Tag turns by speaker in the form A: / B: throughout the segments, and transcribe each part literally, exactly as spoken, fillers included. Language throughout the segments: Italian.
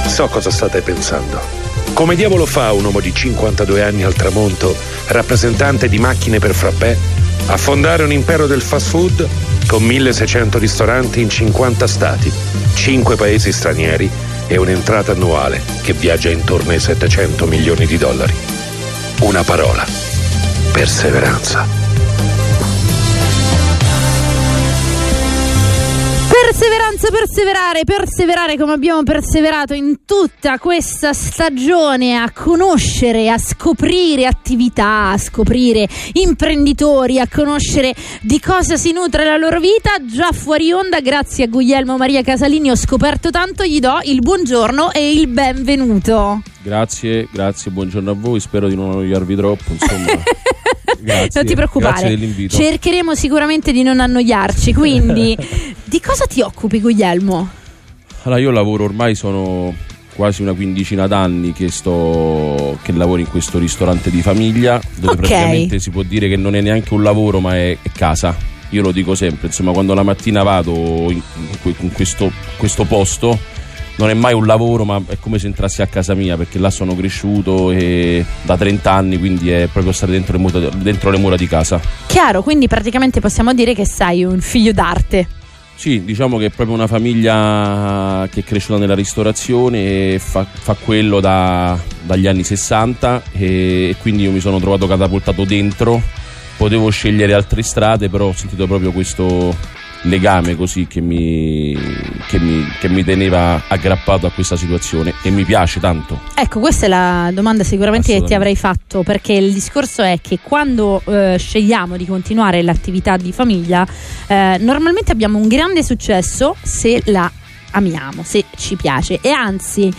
A: So cosa state pensando. Come diavolo fa un uomo di cinquantadue anni al tramonto, rappresentante di macchine per frappè, a fondare un impero del fast food con milleseicento ristoranti in cinquanta stati, cinque paesi stranieri e un'entrata annuale che viaggia intorno ai settecento milioni di dollari? Una parola: perseveranza.
B: Perseveranza, perseverare, perseverare come abbiamo perseverato in tutta questa stagione a conoscere, a scoprire attività, a scoprire imprenditori, a conoscere di cosa si nutre la loro vita. Già fuori onda, grazie a Guglielmo Maria Casalini, ho scoperto tanto, gli do il buongiorno e il benvenuto.
C: Grazie, grazie, buongiorno a voi, spero di non annoiarvi troppo, insomma. Grazie,
B: non ti preoccupare, cercheremo sicuramente di non annoiarci. Quindi, di cosa ti occupi, Guglielmo?
C: Allora, io lavoro ormai, sono quasi una quindicina d'anni che sto che lavoro in questo ristorante di famiglia, dove okay. praticamente si può dire che non è neanche un lavoro, ma è, è casa. Io lo dico sempre, insomma, quando la mattina vado in, in questo, questo posto, non è mai un lavoro, ma è come se entrassi a casa mia, perché là sono cresciuto e da trenta anni, quindi è proprio stare dentro le mura, dentro le mura di casa.
B: Chiaro, quindi praticamente possiamo dire che sei un figlio d'arte.
C: Sì, diciamo che è proprio una famiglia che è cresciuta nella ristorazione e fa, fa quello da, dagli anni sessanta, e, e quindi io mi sono trovato catapultato dentro. Potevo scegliere altre strade, però ho sentito proprio questo legame così che mi, che mi, che mi teneva aggrappato a questa situazione, e mi piace tanto.
B: Ecco, questa è la domanda sicuramente che ti avrei fatto, perché il discorso è che quando eh, scegliamo di continuare l'attività di famiglia, eh, normalmente abbiamo un grande successo se la amiamo, se ci piace, e anzi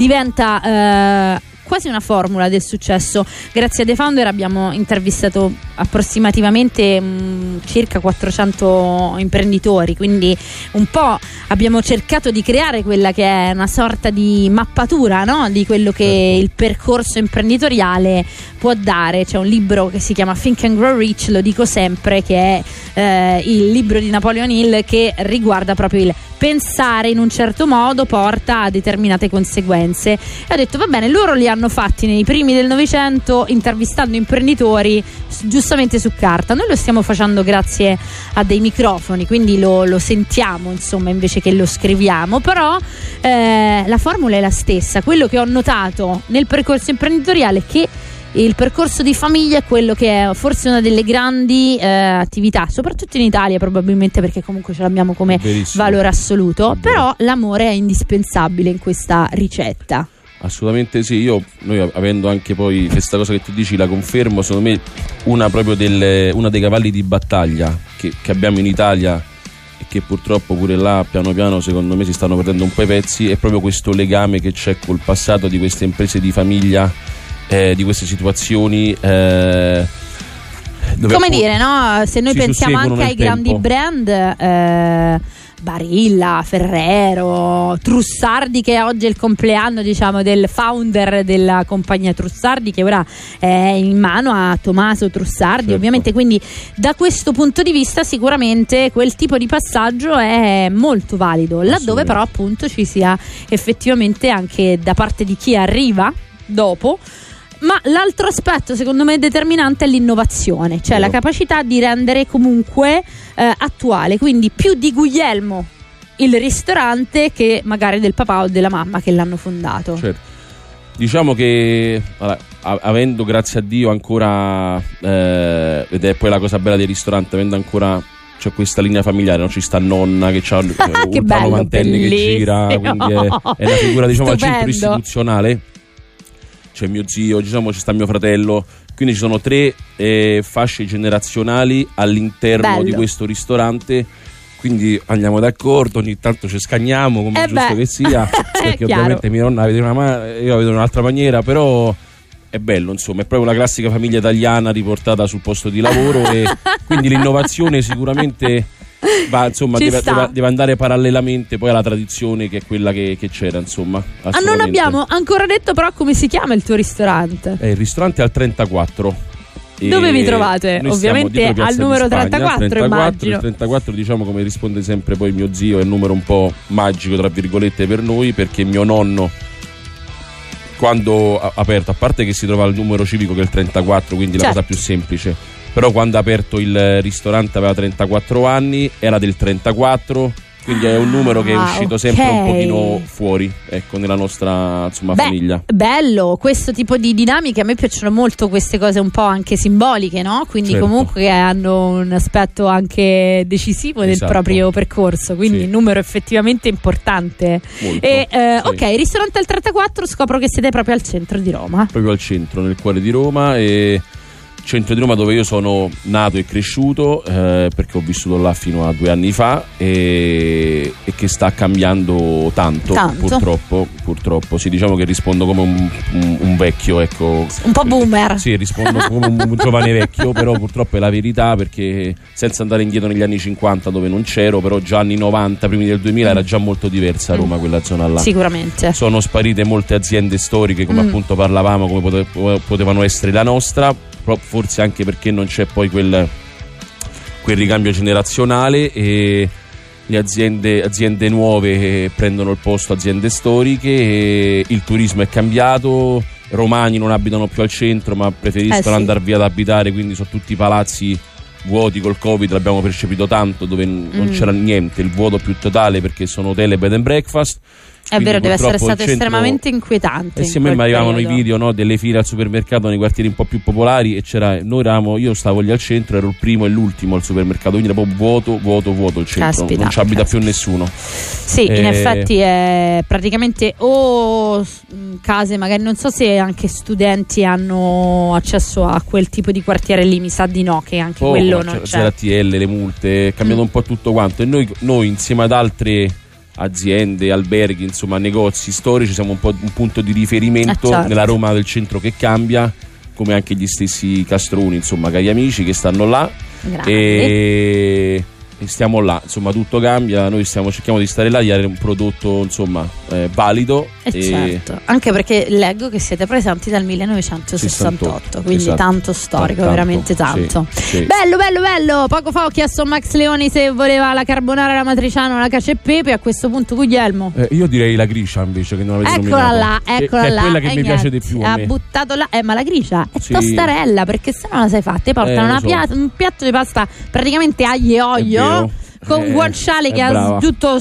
B: diventa eh, quasi una formula del successo. Grazie a The Founder abbiamo intervistato approssimativamente mh, circa quattrocento imprenditori, quindi un po' abbiamo cercato di creare quella che è una sorta di mappatura, no? Di quello che certo. il percorso imprenditoriale può dare. C'è un libro che si chiama Think and Grow Rich, lo dico sempre, che è eh, il libro di Napoleon Hill, che riguarda proprio il pensare in un certo modo porta a determinate conseguenze, e ho detto va bene, loro li hanno fatti nei primi del Novecento intervistando imprenditori giustamente su carta, noi lo stiamo facendo grazie a dei microfoni, quindi lo, lo sentiamo insomma invece che lo scriviamo, però eh, la formula è la stessa. Quello che ho notato nel percorso imprenditoriale è che il percorso di famiglia è quello che è forse una delle grandi eh, attività, soprattutto in Italia probabilmente, perché comunque ce l'abbiamo come Verissimo. valore assoluto, però l'amore è indispensabile in questa ricetta.
C: Assolutamente sì, io noi avendo anche poi questa cosa che tu dici la confermo, secondo me una proprio delle, una dei cavalli di battaglia che, che abbiamo in Italia, e che purtroppo pure là piano piano secondo me si stanno perdendo un po' i pezzi, è proprio questo legame che c'è col passato di queste imprese di famiglia, eh, di queste situazioni eh, dove
B: come dire, no? Se noi pensiamo anche ai grandi brand eh, Barilla, Ferrero, Trussardi, che oggi è il compleanno diciamo del founder della compagnia Trussardi, che ora è in mano a Tommaso Trussardi, certo. ovviamente, quindi da questo punto di vista sicuramente quel tipo di passaggio è molto valido, laddove però appunto ci sia effettivamente anche da parte di chi arriva dopo. Ma l'altro aspetto secondo me determinante è l'innovazione, cioè la capacità di rendere comunque eh, attuale, quindi più di Guglielmo il ristorante che magari del papà o della mamma che l'hanno fondato.
C: Certo. Diciamo che allora, avendo grazie a Dio ancora eh, ed è poi la cosa bella del ristorante, avendo ancora c'è questa linea familiare, no? Ci sta nonna che ha un novantenni che gira, quindi è, è una figura diciamo al centro istituzionale. C'è mio zio, diciamo, ci sta mio fratello, quindi ci sono tre eh, fasce generazionali all'interno Bello. di questo ristorante, quindi andiamo d'accordo, ogni tanto ci scagniamo come è giusto beh. che sia, perché ovviamente mia nonna la vede una ma- io la vedo in un'altra maniera, però è bello, insomma, è proprio la classica famiglia italiana riportata sul posto di lavoro, e quindi l'innovazione sicuramente va, insomma, deve, deve, deve andare parallelamente poi alla tradizione che è quella che, che c'era, insomma.
B: Ah, non abbiamo ancora detto però come si chiama il tuo ristorante.
C: Eh, il ristorante è al trentaquattro.
B: Dove vi trovate? Ovviamente al numero trentaquattro, trentaquattro immagino.
C: Il trentaquattro, diciamo, come risponde sempre poi mio zio, è il numero un po' magico tra virgolette per noi, perché mio nonno quando ha aperto, a parte che si trova il numero civico che è il trentaquattro, quindi certo, la cosa più semplice, però quando ha aperto il ristorante aveva trentaquattro anni, era del trentaquattro, quindi è un numero che è uscito ah, okay. sempre un pochino fuori, ecco, nella nostra insomma Beh, famiglia.
B: Bello, questo tipo di dinamiche, a me piacciono molto queste cose un po' anche simboliche, no? Quindi certo, comunque che hanno un aspetto anche decisivo del esatto, proprio percorso, quindi sì, il numero effettivamente importante. Molto, e, eh, sì. Ok, ristorante al trentaquattro, scopro che siete proprio al centro di Roma.
C: Proprio al centro, nel cuore di Roma, e centro di Roma dove io sono nato e cresciuto, eh, perché ho vissuto là fino a due anni fa, e, e che sta cambiando tanto, tanto. purtroppo purtroppo sì, diciamo che rispondo come un, un, un vecchio, ecco,
B: un po' boomer.
C: Sì, rispondo come un, un giovane vecchio, però purtroppo è la verità, perché senza andare indietro negli anni cinquanta dove non c'ero, però già anni novanta, primi del duemila, mm. era già molto diversa a Roma, mm. quella zona là.
B: Sicuramente.
C: Sono sparite molte aziende storiche, come mm. appunto parlavamo, come pote- potevano essere la nostra, forse anche perché non c'è poi quel, quel ricambio generazionale, e le aziende, aziende nuove prendono il posto aziende storiche, e il turismo è cambiato, romani non abitano più al centro ma preferiscono eh sì. andare via ad abitare, quindi sono tutti palazzi vuoti. Col Covid l'abbiamo percepito tanto, dove mm. non c'era niente, il vuoto più totale, perché sono hotel e bed and breakfast.
B: È vero, deve essere stato centro, estremamente inquietante.
C: E sì, a me mi arrivavano i video, no, delle file al supermercato nei quartieri un po' più popolari, e c'era, noi eravamo, io stavo lì al centro, ero il primo e l'ultimo al supermercato, quindi era proprio vuoto, vuoto, vuoto il centro. Caspita, non ci abita caspita. più nessuno.
B: Sì, e... in effetti è praticamente o case, magari non so se anche studenti hanno accesso a quel tipo di quartiere lì, mi sa di no, che anche oh, quello non c'è.
C: C'era T L, le multe, è cambiato mm. un po' tutto quanto, e noi, noi insieme ad altre aziende, alberghi, insomma negozi storici, siamo un po' un punto di riferimento, eh certo, nella Roma del centro che cambia, come anche gli stessi castroni, insomma, cari amici che stanno là. e, e stiamo là, insomma tutto cambia, noi stiamo, cerchiamo di stare là, di dare un prodotto insomma eh, valido,
B: e, e certo, anche perché leggo che siete presenti dal millenovecentosessantotto, sessantotto, quindi esatto, tanto storico, tanto, veramente tanto. Sì, sì. Bello, bello, bello. Poco fa ho chiesto a Max Leoni se voleva la carbonara, la matriciana, la cacio e pepe. A questo punto Guglielmo,
C: eh, io direi la gricia invece, che non avete
B: eccola
C: nominato,
B: là, eccola
C: che,
B: là,
C: che è quella che mi
B: niente,
C: piace di più a
B: ha
C: me.
B: buttato là, eh, ma la gricia è
C: sì,
B: tostarella, perché se no la sai fatta, ti portano
C: eh,
B: una
C: so.
B: pia- un piatto di pasta praticamente aglio e olio, con un eh, guanciale che brava. ha tutto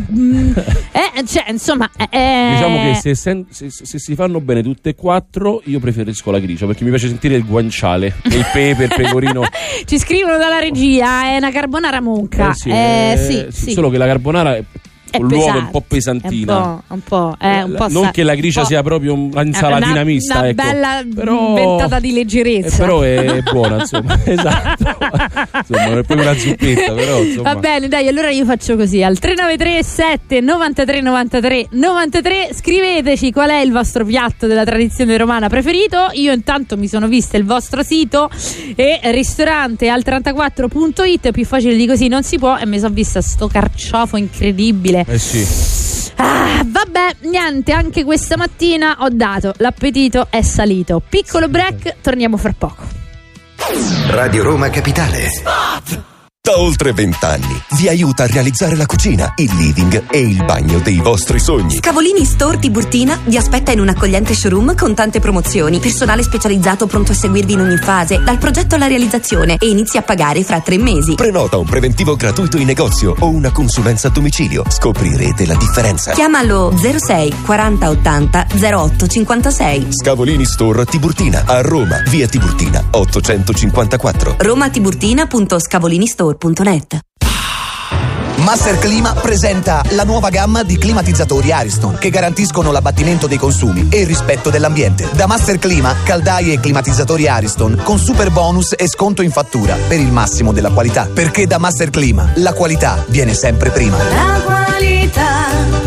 B: eh, cioè insomma eh,
C: diciamo che se, se, se, se si fanno bene tutte e quattro, io preferisco la gricia, perché mi piace sentire il guanciale, il pepe, il pecorino.
B: Ci scrivono dalla regia, è una carbonara monca,
C: eh sì,
B: eh,
C: eh,
B: sì, sì.
C: Solo che la carbonara è un luogo un po' pesantina,
B: un po', un po', eh, un po'
C: non
B: sa-
C: che la gricia sia proprio un'insalatina
B: una,
C: mista,
B: una
C: ecco.
B: bella
C: però,
B: ventata di leggerezza,
C: eh, però è buona, insomma. Esatto, insomma, non è proprio una zuppetta, però insomma.
B: Va bene, dai, allora io faccio così: al tre nove tre sette nove tre nove tre nove tre scriveteci qual è il vostro piatto della tradizione romana preferito. Io intanto mi sono vista il vostro sito, e ristorante al trentaquattro punto it, più facile di così non si può, e mi sono vista sto carciofo incredibile.
C: Eh sì.
B: Ah, vabbè, niente, anche questa mattina ho dato, l'appetito è salito. Piccolo break, torniamo fra poco.
D: Radio Roma Capitale. Spot! Da oltre vent'anni vi aiuta a realizzare la cucina, il living e il bagno dei vostri sogni.
E: Scavolini Store Tiburtina vi aspetta in un accogliente showroom con tante promozioni, personale specializzato pronto a seguirvi in ogni fase, dal progetto alla realizzazione, e inizi a pagare fra tre mesi.
D: Prenota un preventivo gratuito in negozio o una consulenza a domicilio. Scoprirete la differenza.
E: Chiamalo zero sei quaranta ottanta zero otto cinquantasei.
D: Scavolini Store Tiburtina a Roma, via Tiburtina ottocentocinquantaquattro.
E: roma tiburtina punto scavolini store punto net.
F: Master Clima presenta la nuova gamma di climatizzatori Ariston che garantiscono l'abbattimento dei consumi e il rispetto dell'ambiente. Da Master Clima, caldaie e climatizzatori Ariston con super bonus e sconto in fattura per il massimo della qualità. Perché da Master Clima la qualità viene sempre prima.
G: La qualità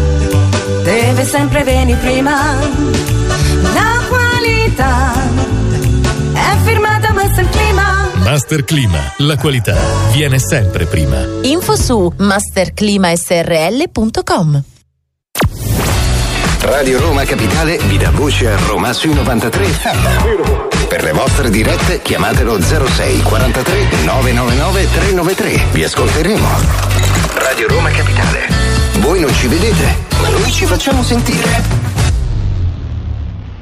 G: deve sempre venire prima. La qualità è firmata Master Clima.
H: Master Clima, la qualità viene sempre prima.
I: Info su master clima s r l punto com.
D: Radio Roma Capitale vi dà voce a Roma sui novantatré. Per le vostre dirette chiamatelo zero sei quarantatré nove nove nove tre nove tre. Vi ascolteremo. Radio Roma Capitale. Voi non ci vedete, ma noi ci facciamo sentire.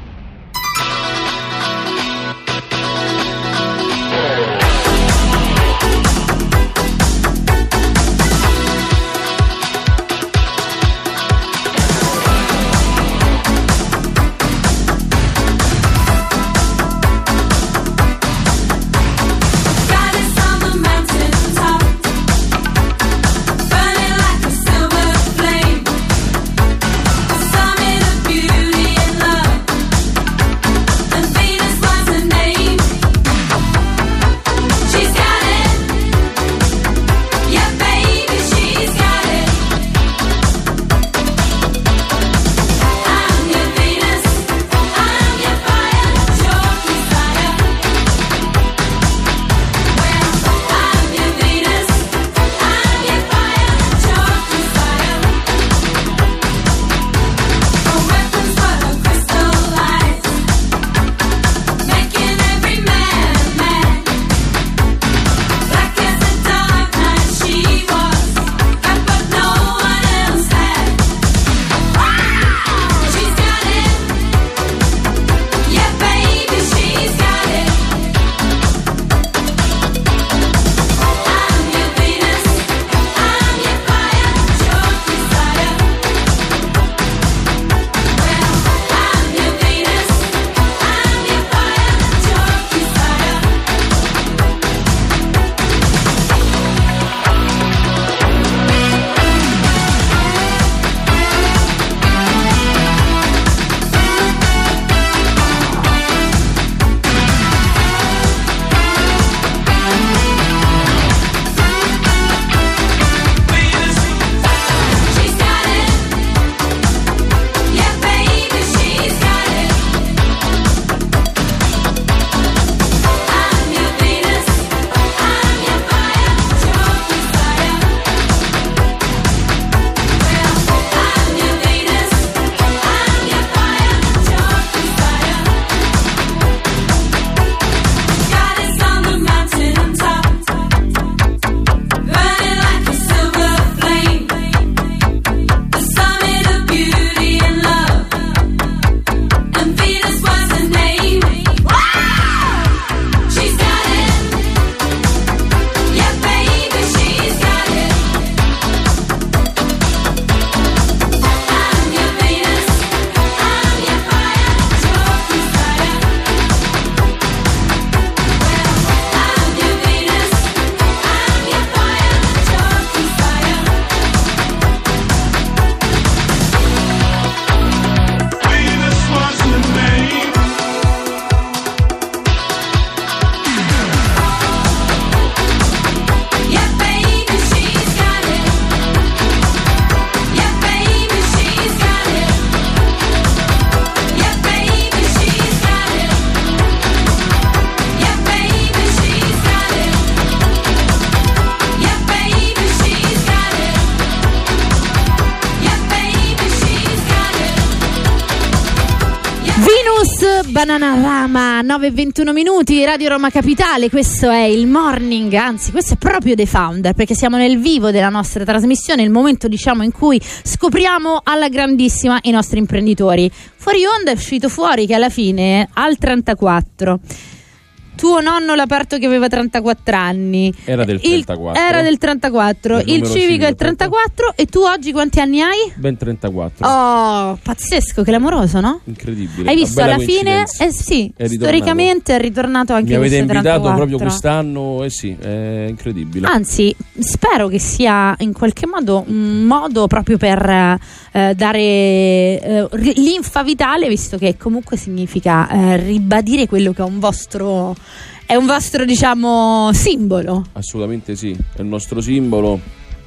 B: Bananarama, nove e ventuno minuti, Radio Roma Capitale. Questo è il morning, anzi questo è proprio The Founder, perché siamo nel vivo della nostra trasmissione, il momento diciamo in cui scopriamo alla grandissima i nostri imprenditori. Fuori onda è uscito fuori che alla fine al trentaquattro tuo nonno l'aperto che aveva trentaquattro anni
C: era del trentaquattro,
B: il, era del trentaquattro, il, il civico è il trentaquattro e tu oggi quanti anni hai?
C: Ben trentaquattro.
B: Oh, pazzesco, che clamoroso, no?
C: Incredibile.
B: Hai visto alla fine? Eh sì, è storicamente è ritornato anche
C: mi avete invitato
B: trentaquattro.
C: Proprio quest'anno, eh sì, è incredibile.
B: Anzi, spero che sia in qualche modo un modo proprio per eh, dare eh, linfa vitale, visto che comunque significa eh, ribadire quello che è un vostro è un vostro diciamo simbolo.
C: Assolutamente sì, è il nostro simbolo,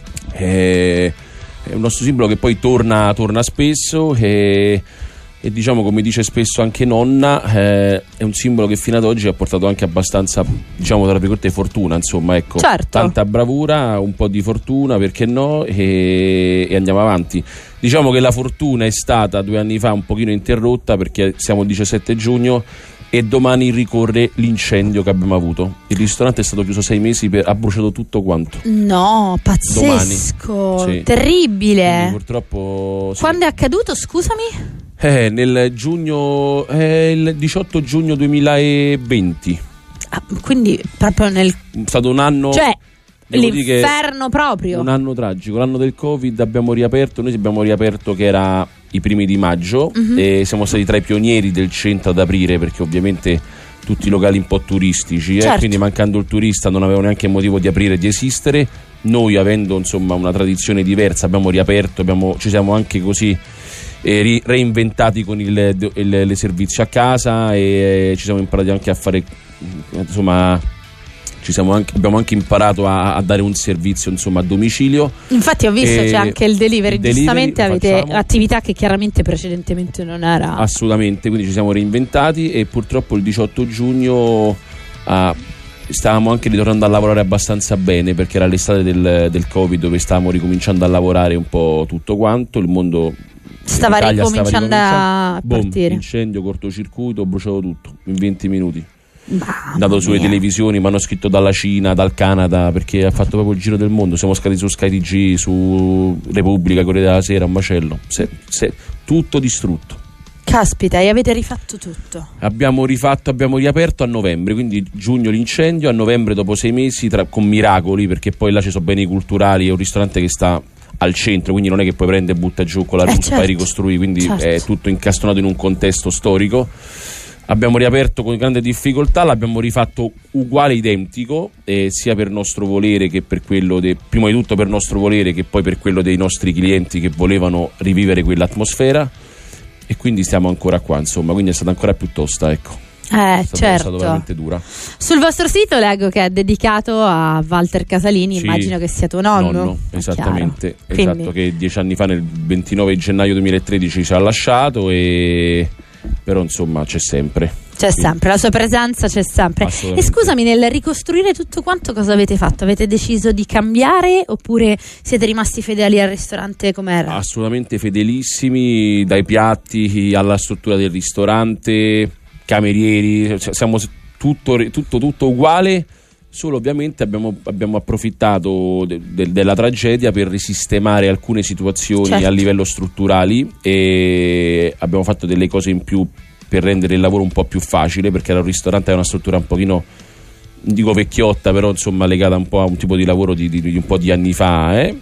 C: è, è un nostro simbolo che poi torna, torna spesso e, e diciamo, come dice spesso anche nonna, eh, è un simbolo che fino ad oggi ha portato anche abbastanza, diciamo tra virgolette, fortuna, insomma, ecco.
B: Certo.
C: Tanta bravura, un po' di fortuna, perché no, e, e andiamo avanti. Diciamo che la fortuna è stata due anni fa un pochino interrotta, perché siamo il diciassette giugno e domani ricorre l'incendio che abbiamo avuto. Il ristorante è stato chiuso sei mesi, per, ha bruciato tutto quanto.
B: No, pazzesco, sì. Terribile.
C: Quindi, purtroppo sì.
B: Quando è accaduto, scusami?
C: Eh, nel giugno, eh, il diciotto giugno duemilaventi.
B: Ah, quindi proprio nel...
C: È stato un anno...
B: Cioè... l'inferno proprio.
C: Un anno tragico, l'anno del Covid. Abbiamo riaperto, noi abbiamo riaperto che era i primi di maggio, uh-huh. e siamo stati tra i pionieri del centro ad aprire, perché ovviamente tutti i locali un po' turistici,
B: certo.
C: eh, quindi mancando il turista non avevano neanche motivo di aprire e di esistere. Noi, avendo insomma una tradizione diversa, abbiamo riaperto, abbiamo, ci siamo anche così eh, ri, reinventati con il, il, le servizi a casa, e eh, ci siamo imparati anche a fare, insomma, ci siamo anche, abbiamo anche imparato a, a dare un servizio, insomma, a domicilio.
B: Infatti ho visto
C: e
B: c'è anche il delivery, il giustamente
C: delivery
B: avete
C: facciamo.
B: Attività che chiaramente precedentemente non era.
C: Assolutamente, quindi ci siamo reinventati e purtroppo il diciotto giugno ah, stavamo anche ritornando a lavorare abbastanza bene, perché era l'estate del, del Covid, dove stavamo ricominciando a lavorare un po' tutto quanto, il mondo
B: stava ricominciando, stava ricominciando a
C: Boom,
B: partire.
C: Incendio, cortocircuito, bruciato tutto in venti minuti.
B: Mamma
C: Dato sulle
B: mia.
C: televisioni, mi hanno scritto dalla Cina, dal Canada, perché ha fatto proprio il giro del mondo. Siamo scati su Sky T G, su Repubblica, Corriere della Sera, un macello. Se, se, tutto distrutto.
B: Caspita, e avete rifatto tutto?
C: Abbiamo rifatto, abbiamo riaperto a novembre, quindi giugno l'incendio, a novembre dopo sei mesi, tra, con miracoli, perché poi là ci sono beni culturali, è un ristorante che sta al centro, quindi non è che poi prende e butta giù con la
B: eh
C: ruspa
B: certo.
C: e ricostruì, quindi
B: certo.
C: è tutto incastonato in un contesto storico. Abbiamo riaperto con grande difficoltà, l'abbiamo rifatto uguale, identico, eh, sia per nostro volere che per quello de, prima di tutto per nostro volere che poi per quello dei nostri clienti che volevano rivivere quell'atmosfera, e quindi stiamo ancora qua, insomma, quindi è stata ancora più tosta, ecco.
B: Eh,
C: è stato,
B: certo.
C: è stato veramente dura.
B: Sul vostro sito leggo che è dedicato a Walter Casalini,
C: sì,
B: immagino che sia tuo nonno.
C: nonno esattamente,
B: Quindi...
C: esatto, che dieci anni fa, nel ventinove gennaio duemilatredici, ci ha lasciato, e però insomma c'è sempre.
B: C'è
C: Quindi,
B: sempre, la sua presenza c'è sempre. E scusami, nel ricostruire tutto quanto cosa avete fatto? Avete deciso di cambiare oppure siete rimasti fedeli al ristorante com'era?
C: Assolutamente fedelissimi, dai piatti alla struttura del ristorante, camerieri, cioè siamo tutto, tutto, tutto uguale, solo ovviamente abbiamo, abbiamo approfittato de, de, della tragedia per risistemare alcune situazioni, certo, a livello strutturali, e abbiamo fatto delle cose in più per rendere il lavoro un po' più facile, perché era un ristorante, è una struttura un pochino, dico vecchiotta, però insomma legata un po' a un tipo di lavoro di, di, di un po' di anni fa, eh?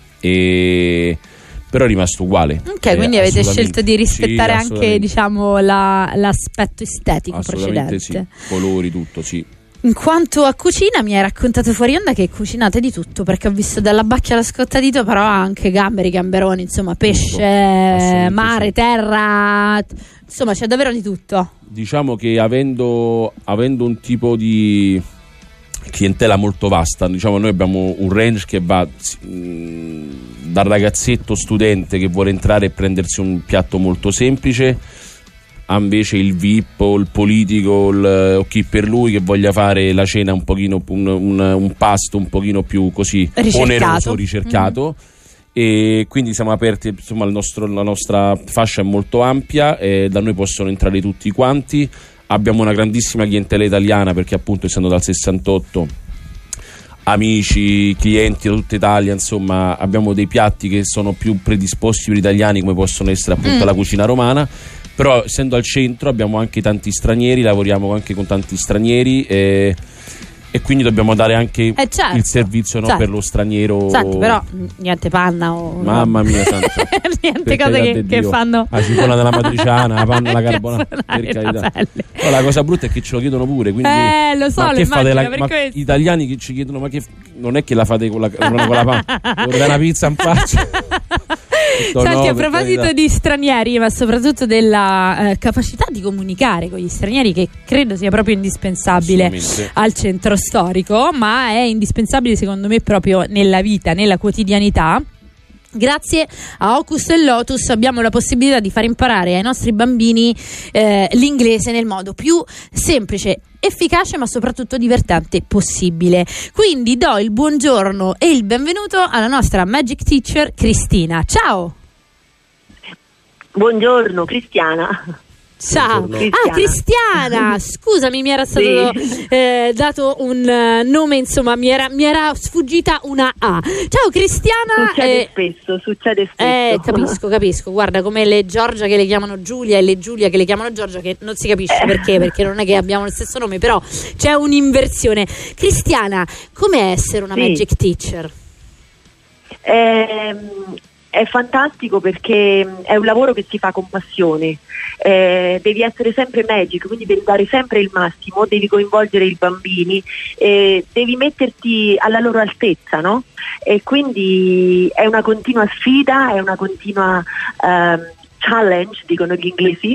C: e però è rimasto uguale.
B: Ok,
C: eh,
B: quindi avete scelto di rispettare,
C: sì,
B: anche, diciamo, la, l'aspetto estetico
C: assolutamente
B: precedente.
C: Sì, colori, tutto, sì.
B: In quanto a cucina, mi hai raccontato fuori onda che cucinate di tutto, perché ho visto dalla bacchia alla scottadito, però anche gamberi, gamberoni, insomma, pesce, mare, sì, terra, insomma c'è davvero di tutto.
C: Diciamo che avendo, avendo un tipo di clientela molto vasta, diciamo, noi abbiamo un range che va mh, dal ragazzetto studente che vuole entrare e prendersi un piatto molto semplice, invece il V I P o il politico il, o chi per lui che voglia fare la cena un pochino, un, un, un pasto un pochino più così
B: ricercato.
C: oneroso, ricercato, mm. E quindi siamo aperti, insomma il nostro, la nostra fascia è molto ampia, e da noi possono entrare tutti quanti. abbiamo una grandissima clientela italiana, perché appunto essendo dal sessantotto amici, clienti da tutta Italia, insomma abbiamo dei piatti che sono più predisposti per gli italiani, come possono essere appunto mm. la cucina romana. Però essendo al centro abbiamo anche tanti stranieri, lavoriamo anche con tanti stranieri e, e quindi dobbiamo dare anche
B: eh certo,
C: il servizio, no,
B: certo.
C: per lo straniero.
B: Senti, però niente panna o
C: mamma mia santa.
B: niente cose che, che fanno
C: la cipolla della matriciana, la panna alla carbonara, per carità. No, la cosa brutta è che ce lo chiedono pure, quindi
B: eh lo so,
C: ma
B: lo
C: che fate la, ma
B: questo.
C: Gli italiani che ci chiedono, ma che non è che la fate con la, con la panna, vorrei una pizza in faccia.
B: Senti, no, a proposito di stranieri, ma soprattutto della eh, capacità di comunicare con gli stranieri, che credo sia proprio indispensabile al centro storico, ma è indispensabile secondo me proprio nella vita, nella quotidianità. Grazie a Ocus e Lotus abbiamo la possibilità di far imparare ai nostri bambini eh, l'inglese nel modo più semplice, efficace ma soprattutto divertente possibile. Quindi do il buongiorno e il benvenuto alla nostra Magic Teacher Cristina. Ciao!
J: Buongiorno Cristiana.
B: Ciao, Cristiana. Ah Cristiana, scusami, mi era stato sì. eh, dato un uh, nome, insomma mi era, mi era sfuggita una A. Ciao Cristiana.
J: Succede eh, spesso, succede spesso.
B: Eh, capisco, capisco, guarda, come le Giorgia che le chiamano Giulia e le Giulia che le chiamano Giorgia, che non si capisce eh. perché, perché non è che abbiamo lo stesso nome, però c'è un'inversione. Cristiana, com'è essere una sì. Magic Teacher?
J: Ehm... È fantastico perché è un lavoro che si fa con passione, eh, devi essere sempre magic, quindi devi dare sempre il massimo, devi coinvolgere i bambini, eh, devi metterti alla loro altezza, no? E quindi è una continua sfida, è una continua um, challenge, dicono gli inglesi,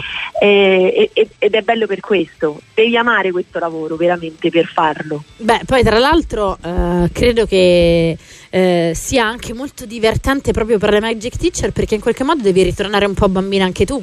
J: e, e, ed è bello per questo. Devi amare questo lavoro veramente per farlo.
B: Beh, poi tra l'altro eh, credo che eh, sia anche molto divertente proprio per le Magic Teacher, perché in qualche modo devi ritornare un po' bambina anche tu.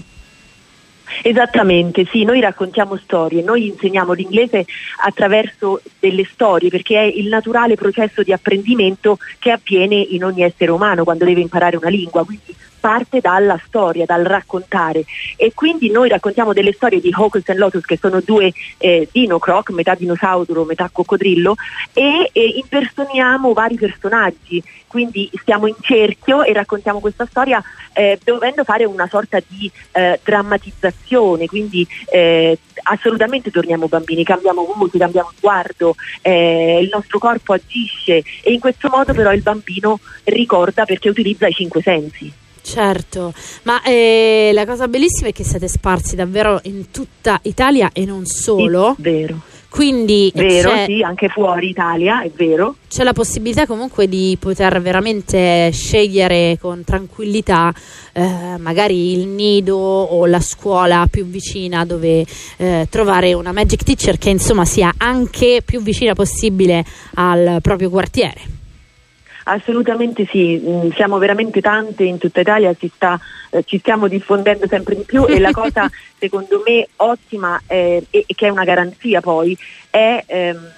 J: Esattamente, sì, noi raccontiamo storie, noi insegniamo l'inglese attraverso delle storie, perché è il naturale processo di apprendimento che avviene in ogni essere umano quando deve imparare una lingua, quindi parte dalla storia, dal raccontare, e quindi noi raccontiamo delle storie di Ocus e Lotus, che sono due eh, dino croc, metà dinosauro, metà coccodrillo, e, e impersoniamo vari personaggi, quindi stiamo in cerchio e raccontiamo questa storia eh, dovendo fare una sorta di eh, drammatizzazione, quindi eh, assolutamente torniamo bambini, cambiamo voce, cambiamo sguardo, eh, il nostro corpo agisce, e in questo modo però il bambino ricorda perché utilizza i cinque sensi.
B: Certo, ma eh, la cosa bellissima è che siete sparsi davvero in tutta Italia e non solo.
J: Sì, vero.
B: Quindi
J: vero,
B: c'è,
J: sì, anche fuori Italia, è vero.
B: C'è la possibilità comunque di poter veramente scegliere con tranquillità eh, magari il nido o la scuola più vicina dove eh, trovare una Magic Teacher che insomma sia anche più vicina possibile al proprio quartiere.
J: Assolutamente sì, mm, siamo veramente tante in tutta Italia, si sta, eh, ci stiamo diffondendo sempre di più, e la cosa secondo me ottima eh, e, e che è una garanzia poi è ehm,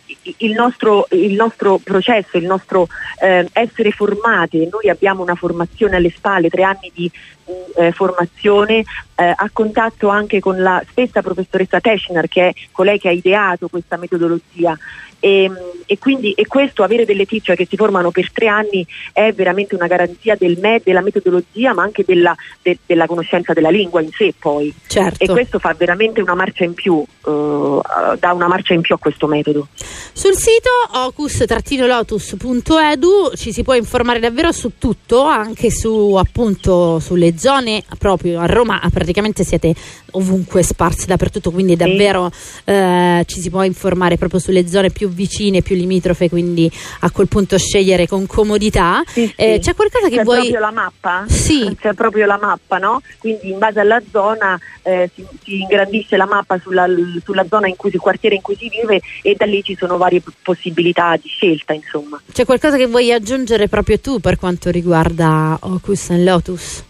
J: il nostro, il nostro processo, il nostro eh, essere formati. Noi abbiamo una formazione alle spalle, tre anni di eh, formazione eh, a contatto anche con la stessa professoressa Teschner, che è colei che ha ideato questa metodologia. E, e quindi e questo, avere delle teacher che si formano per tre anni è veramente una garanzia del me, della metodologia, ma anche della, de, della conoscenza della lingua in sé poi.
B: Certo.
J: E questo fa veramente una marcia in più, uh, dà una marcia in più a questo metodo.
B: Sul sito ocus lotus punto edu ci si può informare davvero su tutto, anche su appunto sulle zone, proprio a Roma praticamente siete ovunque sparsi dappertutto, quindi davvero sì. eh, ci si può informare proprio sulle zone più vicine, più limitrofe, quindi a quel punto scegliere con comodità.
J: Sì, sì.
B: Eh, c'è qualcosa che
J: c'è
B: vuoi...
J: proprio la mappa?
B: Sì.
J: C'è proprio la mappa, no? Quindi in base alla zona eh, si, si ingrandisce la mappa sulla, sulla zona in cui, sul quartiere in cui si vive, e da lì ci sono varie possibilità di scelta, insomma.
B: C'è qualcosa che vuoi aggiungere proprio tu per quanto riguarda Ocus and Lotus?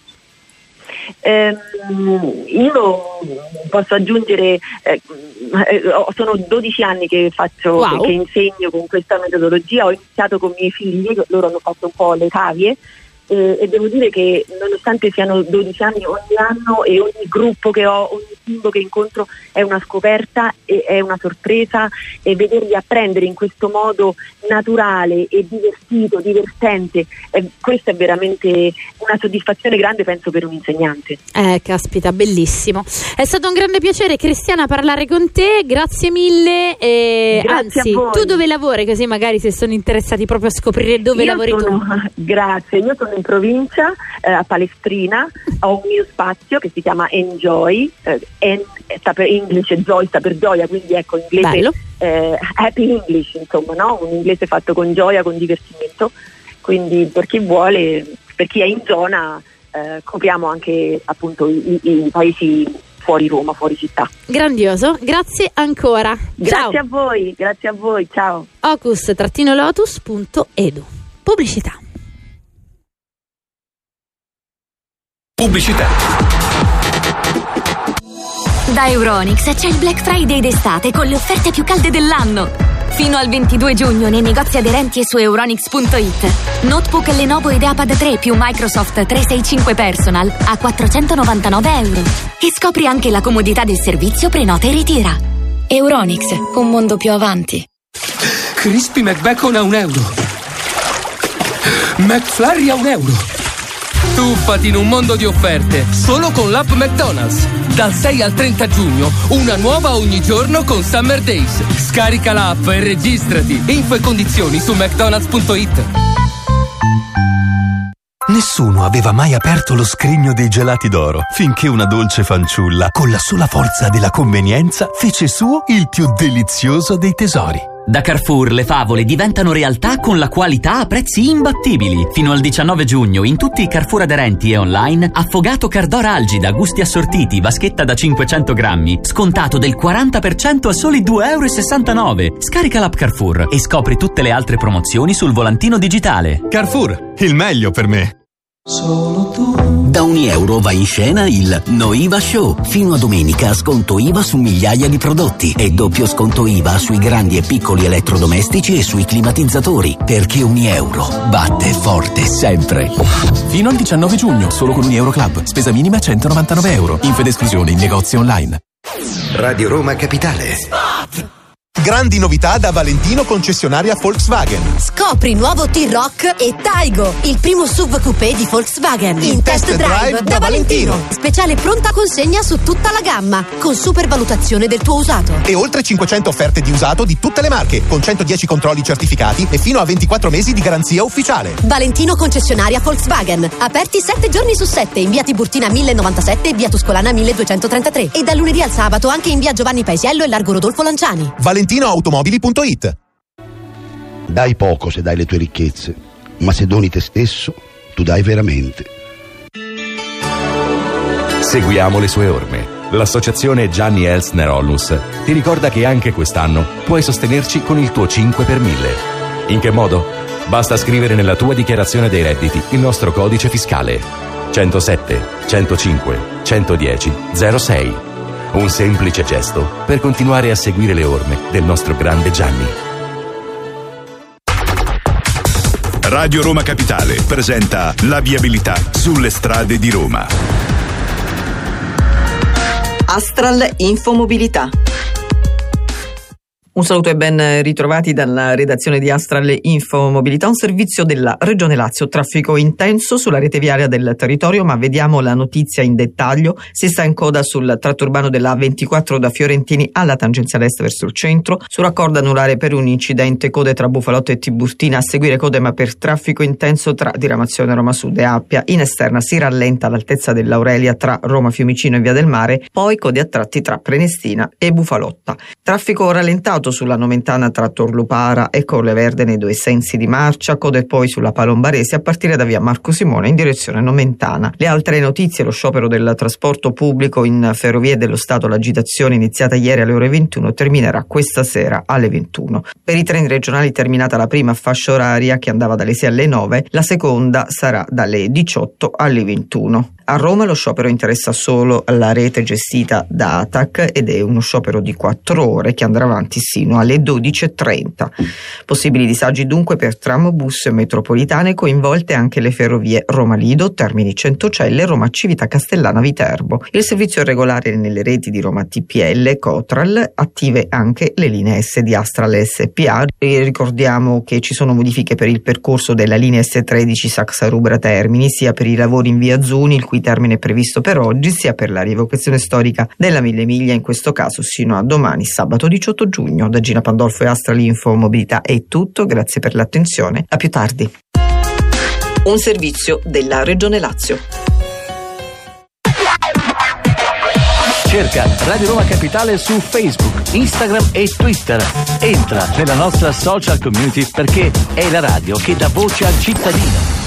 J: Eh, io posso aggiungere eh, sono dodici anni che faccio
B: wow.
J: che insegno con questa metodologia. Ho iniziato con i miei figli, loro hanno fatto un po' le cavie, eh, e devo dire che nonostante siano dodici anni, ogni anno e ogni gruppo che ho, ogni bimbo che incontro è una scoperta, e è una sorpresa, e vederli apprendere in questo modo naturale e divertito, divertente, eh, questa è veramente una soddisfazione grande, penso, per un insegnante.
B: Eh, caspita, bellissimo. È stato un grande piacere, Cristiana, parlare con te, grazie mille. E
J: Grazie
B: anzi,
J: a voi.
B: tu dove lavori? Così magari se sono interessati proprio a scoprire dove
J: Io
B: lavori
J: sono,
B: tu.
J: Grazie, io sono in provincia, eh, a Palestrina, ho un mio spazio che si chiama Enjoy, eh, en, sta per English, e Joy sta per gioia, quindi ecco, inglese,
B: Bello.
J: eh, happy English, insomma, no? Un inglese fatto con gioia, con divertimento, quindi per chi vuole, per chi è in zona, eh, copriamo anche appunto i, i, i paesi fuori Roma, fuori città.
B: Grandioso, grazie ancora.
J: Grazie
B: Ciao.
J: a voi, grazie a voi, ciao.
B: Ocus lotus punto edu. Pubblicità.
K: Pubblicità.
E: Da Euronics c'è il Black Friday d'estate con le offerte più calde dell'anno. Fino al ventidue giugno nei negozi aderenti e su Euronics punto it. Notebook Lenovo IdeaPad tre più Microsoft trecentosessantacinque Personal a quattrocentonovantanove euro. E scopri anche la comodità del servizio prenota e ritira. Euronics, un mondo più avanti.
K: Crispy McBacon a un euro. McFlurry a un euro. Tuffati in un mondo di offerte, solo con l'app McDonald's. Dal sei al trenta giugno, una nuova ogni giorno con Summer Days. Scarica l'app e registrati. Info e condizioni su mcdonalds punto it.
L: Nessuno aveva mai aperto lo scrigno dei gelati d'oro, finché una dolce fanciulla, con la sola forza della convenienza, fece suo il più delizioso dei tesori.
M: Da Carrefour le favole diventano realtà con la qualità a prezzi imbattibili. Fino al diciannove giugno in tutti i Carrefour aderenti e online, affogato Cardora Algida, gusti assortiti, vaschetta da cinquecento grammi, scontato del quaranta per cento a soli due euro e sessantanove. Scarica l'app Carrefour e scopri tutte le altre promozioni sul volantino digitale.
L: Carrefour, il meglio per me.
N: Solo tu. Da ogni euro va in scena il No I V A Show. Fino a domenica sconto I V A su migliaia di prodotti e doppio sconto I V A sui grandi e piccoli elettrodomestici e sui climatizzatori. Perché ogni euro batte forte sempre.
O: Fino al diciannove giugno, solo con Unieuro Club. Spesa minima centonovantanove euro. Info ed esclusione in negozi online.
D: Radio Roma Capitale.
F: Grandi novità da Valentino concessionaria Volkswagen.
P: Scopri nuovo T-Roc e Taigo, il primo S U V coupé di Volkswagen. In, In test, test drive, drive da Valentino. Valentino. Speciale pronta consegna su tutta la gamma, con super valutazione del tuo usato.
F: E oltre cinquecento offerte di usato di tutte le marche, con centodieci controlli certificati e fino a ventiquattro mesi di garanzia ufficiale.
P: Valentino concessionaria Volkswagen. Aperti sette giorni su sette in via Tiburtina mille novantasette e via Tuscolana milleduecentotrentatré. E da lunedì al sabato anche in via Giovanni Paesiello e largo Rodolfo Lanciani.
F: Valentino automobili punto it.
Q: Dai poco se dai le tue ricchezze, ma se doni te stesso, tu dai veramente.
R: Seguiamo le sue orme. L'associazione Gianni Elsner Onlus ti ricorda che anche quest'anno puoi sostenerci con il tuo cinque per mille. In che modo? Basta scrivere nella tua dichiarazione dei redditi il nostro codice fiscale centosette centocinque centodieci zero sei. Un semplice gesto per continuare a seguire le orme del nostro grande Gianni.
S: Radio Roma Capitale presenta la viabilità sulle strade di Roma.
T: Astral Infomobilità. Un saluto e ben ritrovati dalla redazione di Astral Infomobilità, un servizio della Regione Lazio. Traffico intenso sulla rete viaria del territorio, ma vediamo la notizia in dettaglio. Si sta in coda sul tratto urbano della A ventiquattro da Fiorentini alla tangenziale est verso il centro, su raccordo anulare per un incidente, code tra Bufalotto e Tiburtina, a seguire code ma per traffico intenso tra diramazione Roma Sud e Appia. In esterna si rallenta all'altezza dell'Aurelia tra Roma Fiumicino e Via del Mare, poi code a tratti tra Prenestina e Bufalotta. Traffico rallentato sulla Nomentana tra Torlupara e Coleverde nei due sensi di marcia, code poi sulla Palombarese a partire da via Marco Simone in direzione Nomentana. Le altre notizie: lo sciopero del trasporto pubblico in Ferrovie dello Stato, l'agitazione iniziata ieri alle ore ventuno terminerà questa sera alle ventuno. Per i treni regionali terminata la prima fascia oraria che andava dalle sei alle nove, la seconda sarà dalle diciotto alle ventuno. A Roma lo sciopero interessa solo la rete gestita da ATAC ed è uno sciopero di quattro ore che andrà avanti sino alle dodici e trenta. Possibili disagi dunque per tram, bus e metropolitane, coinvolte anche le ferrovie Roma Lido, Termini Centocelle e Roma Civita Castellana Viterbo. Il servizio è regolare nelle reti di Roma T P L, Cotral, attive anche le linee S di Astral S P A. E ricordiamo che ci sono modifiche per il percorso della linea S tredici Saxa-Rubra Termini, sia per i lavori in via Zuni, il cui termine è previsto per oggi, sia per la rievocazione storica della Mille Miglia, in questo caso sino a domani, sabato diciotto giugno. Da Gina Pandolfo e Astral Info Mobilità è tutto, grazie per l'attenzione, a più tardi. Un servizio della Regione Lazio.
U: Cerca Radio Roma Capitale su Facebook, Instagram e Twitter. Entra nella nostra social community perché è la radio che dà voce al cittadino.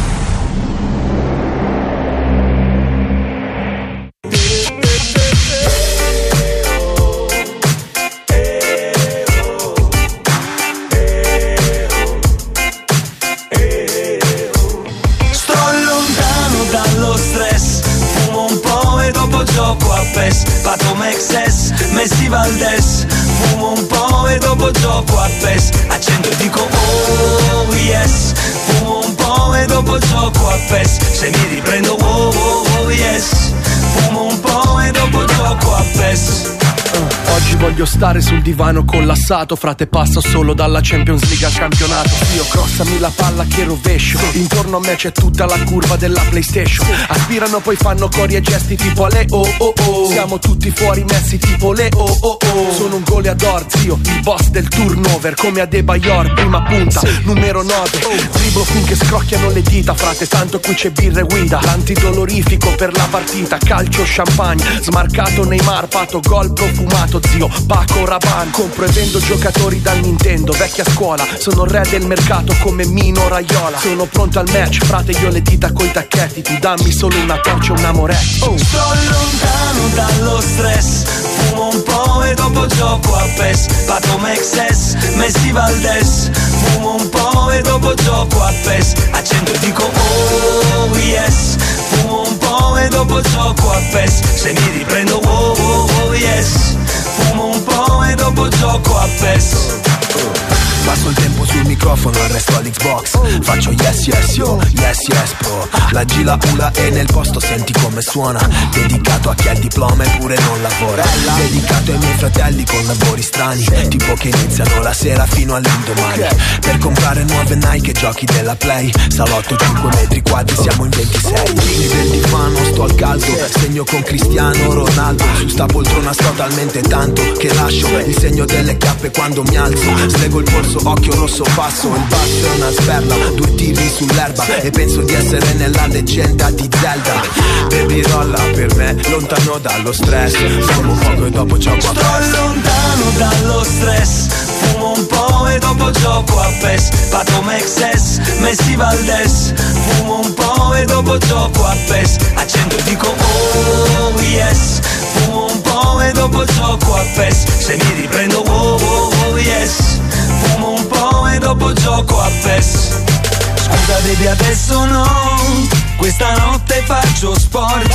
V: Patomex, Messi Valdes, fumo un po' e dopo gioco a P E S, accendo e dico oh yes, fumo un po' e dopo gioco a P E S, se mi riprendo oh oh oh yes, fumo un po' e dopo gioco a P E S.
W: Oggi voglio stare sul divano collassato, frate, passo solo dalla Champions League al campionato. Io crossami la palla che rovescio, intorno a me c'è tutta la curva della PlayStation. Aspirano poi fanno cori e gesti tipo le oh oh oh. Siamo tutti fuori messi tipo le oh oh oh. Sono un goleador, zio, il boss del turnover, come Adebayor, prima punta, numero nove. Driblo finché scrocchiano le dita, frate, tanto qui c'è birra e guida. L'antidolorifico per la partita, calcio, champagne, smarcato Neymar, pato, gol profumato, zio, Paco Rabanne. Compro e vendo giocatori dal Nintendo, vecchia scuola, sono re del mercato come Mino Raiola. Sono pronto al match, frate, io le dita coi tacchetti, tu dammi solo una torcia e un amore. Oh.
V: Sto lontano dallo stress, fumo un po' e dopo gioco a P E S, Patomex S, Messi Valdes, fumo un po' e dopo gioco a P E S, accendo e dico oh yes, fumo un po' e dopo gioco a P E S, se mi riprendo oh oh oh yes, fumo un po' e dopo gioco a P E S.
W: Passo il tempo sul microfono e resto all'Xbox. Faccio yes yes yo, yes yes bro. La Gila Ula è nel posto, senti come suona. Dedicato a chi ha il diploma eppure non lavora. Dedicato ai miei fratelli con lavori strani, tipo che iniziano la sera fino all'indomani. Per comprare nuove Nike e giochi della Play. Salotto cinque metri quadri, siamo in ventisei. King del divano, sto al caldo, segno con Cristiano Ronaldo. Su sta poltrona sto talmente tanto che lascio il segno delle cappe quando mi alzo. Slego il polso, occhio rosso, passo il basso è una sberla, due tiri sull'erba e penso di essere nella leggenda di Zelda. Baby rolla per me, lontano dallo stress, fumo poco e dopo gioco a P E S.
V: Sto lontano dallo stress, fumo un po' e dopo gioco a P E S, Patomex S, Messi Valdes, fumo un po' e dopo gioco a P E S, accendo e dico oh yes, fumo un po' e dopo gioco a P E S, se mi riprendo oh oh oh yes, fumo un po' e dopo gioco a P E S. Scusa baby adesso no, questa notte faccio sport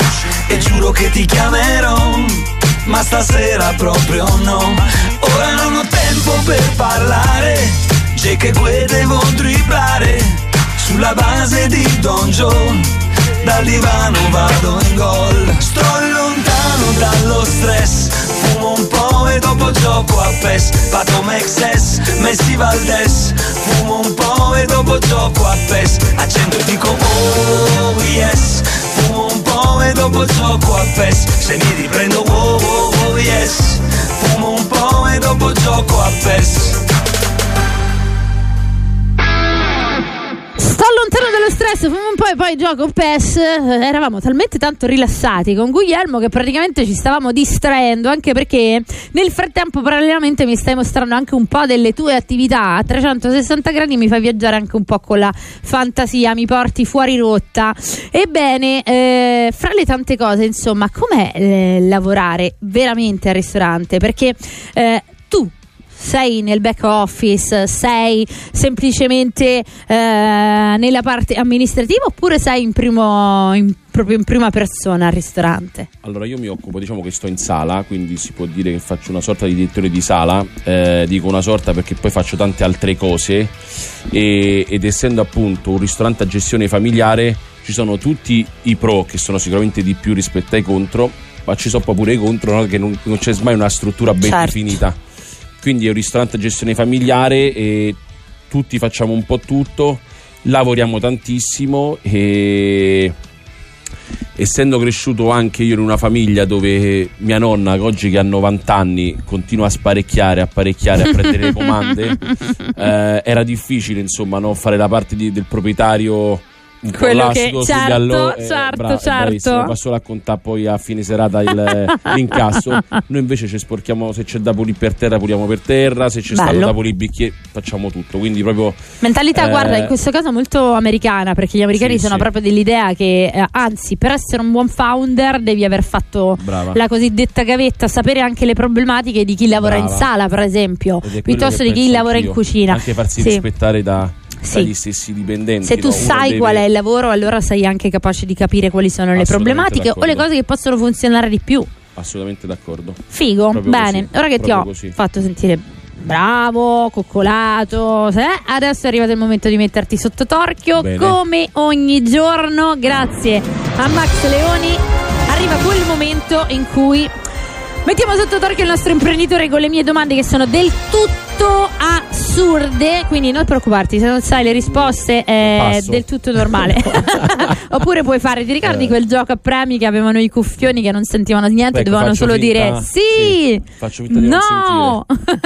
V: e giuro che ti chiamerò, ma stasera proprio no. Ora non ho tempo per parlare, c'è che que devo dribblare sulla base di Don Joe. Dal divano vado in gol. Sto lontano dallo stress, fumo un po' e dopo gioco a P E S, Patomex S, Messi Valdes, fumo un po' e dopo gioco a P E S, accendo e dico oh yes, fumo un po' e dopo gioco a P E S, se mi riprendo oh oh oh yes, fumo un po' e dopo gioco a P E S.
B: Sto lontano dallo stress, fumo un po' e poi gioco P E S. Eravamo talmente tanto rilassati con Guglielmo che praticamente ci stavamo distraendo, anche perché nel frattempo parallelamente mi stai mostrando anche un po' delle tue attività a trecentosessanta gradi, mi fai viaggiare anche un po' con la fantasia, mi porti fuori rotta. Ebbene, eh, fra le tante cose, insomma, com'è eh, lavorare veramente al ristorante? Perché eh, tu sei nel back office, sei semplicemente eh, nella parte amministrativa, oppure sei in primo in, proprio in prima persona al ristorante?
C: Allora io mi occupo, diciamo che sto in sala, quindi si può dire che faccio una sorta di direttore di sala, eh, dico una sorta perché poi faccio tante altre cose e, ed essendo appunto un ristorante a gestione familiare ci sono tutti i pro, che sono sicuramente di più rispetto ai contro, ma ci sono pure i contro, no? Che non, non c'è mai una struttura ben
B: certo.
C: definita. Quindi è un ristorante a gestione familiare e tutti facciamo un po' tutto, lavoriamo tantissimo e essendo cresciuto anche io in una famiglia dove mia nonna, che oggi che ha novanta anni, continua a sparecchiare, apparecchiare, a prendere le comande, eh, era difficile insomma, no? Fare la parte di, del proprietario un po'
B: quello che
C: lassico,
B: certo,
C: allo, eh,
B: certo,
C: bra-
B: certo.
C: Va solo a contare poi a fine serata il, l'incasso. Noi invece ci sporchiamo, se c'è da pulire per terra puliamo per terra, se c'è
B: Bello.
C: stato da pulire i bicchieri facciamo tutto, quindi proprio
B: mentalità,
C: eh,
B: guarda, in questo caso molto americana, perché gli americani
C: sì,
B: sono
C: sì.
B: proprio dell'idea che eh, anzi, per essere un buon founder devi aver fatto
C: Brava.
B: la cosiddetta gavetta, sapere anche le problematiche di chi lavora
C: Brava.
B: in sala, per esempio,
C: ed è quello
B: piuttosto
C: che
B: di chi
C: penso
B: lavora
C: anch'io.
B: in cucina.
C: Anche farsi
B: Sì.
C: rispettare da,
B: Sì.
C: dagli stessi dipendenti.
B: Se tu
C: no? Uno
B: sai
C: deve-
B: qual è il lavoro, allora sei anche capace di capire quali sono le
C: Assolutamente
B: problematiche o le
C: d'accordo.
B: cose che possono funzionare di più.
C: Assolutamente d'accordo.
B: Figo,
C: Proprio
B: bene.
C: così,
B: Ora che ti
C: proprio
B: ho
C: così.
B: fatto sentire bravo, coccolato, eh, adesso è arrivato il momento di metterti sotto torchio.
C: Bene.
B: Come ogni giorno, grazie a Max Leoni, arriva quel momento in cui mettiamo sotto torchio il nostro imprenditore con le mie domande che sono del tutto assurde, quindi non preoccuparti, se non sai le risposte è
C: Passo.
B: del tutto normale. Oppure puoi fare, ti ricordi
C: Eh.
B: quel gioco a premi che avevano i cuffioni che non sentivano niente,
C: Ecco,
B: dovevano
C: faccio
B: solo
C: finta-
B: dire sì,
C: sì, faccio finta di non
B: no.